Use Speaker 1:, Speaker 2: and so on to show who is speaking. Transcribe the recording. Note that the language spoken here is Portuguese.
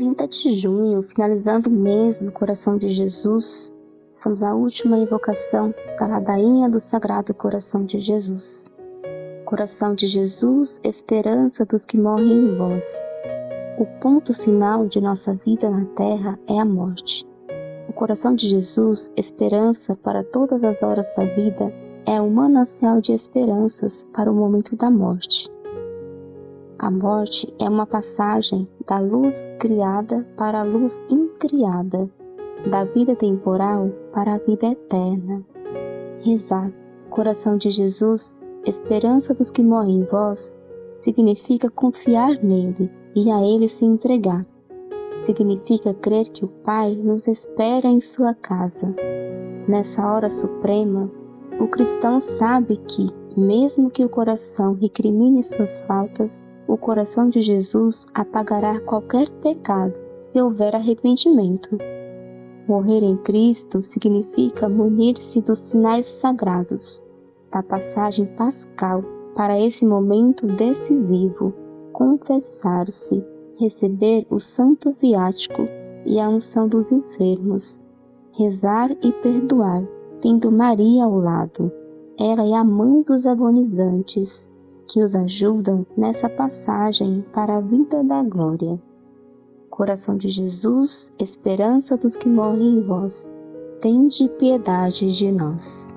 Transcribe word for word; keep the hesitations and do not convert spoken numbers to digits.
Speaker 1: trinta de junho, finalizando o mês do Coração de Jesus, somos a última invocação da ladainha do Sagrado Coração de Jesus. Coração de Jesus, esperança dos que morrem em vós. O ponto final de nossa vida na terra é a morte. O coração de Jesus, esperança para todas as horas da vida, é um manancial de esperanças para o momento da morte. A morte é uma passagem da luz criada para a luz incriada, da vida temporal para a vida eterna. Rezar, coração de Jesus, esperança dos que morrem em vós, significa confiar nele e a ele se entregar. Significa crer que o Pai nos espera em sua casa. Nessa hora suprema, o cristão sabe que, mesmo que o coração recrimine suas faltas, o coração de Jesus apagará qualquer pecado se houver arrependimento. Morrer em Cristo significa munir-se dos sinais sagrados, da passagem pascal para esse momento decisivo, confessar-se, receber o santo viático e a unção dos enfermos, rezar e perdoar, tendo Maria ao lado. Ela é a mãe dos agonizantes, que os ajudam nessa passagem para a vida da glória. Coração de Jesus, esperança dos que morrem em vós, tende piedade de nós.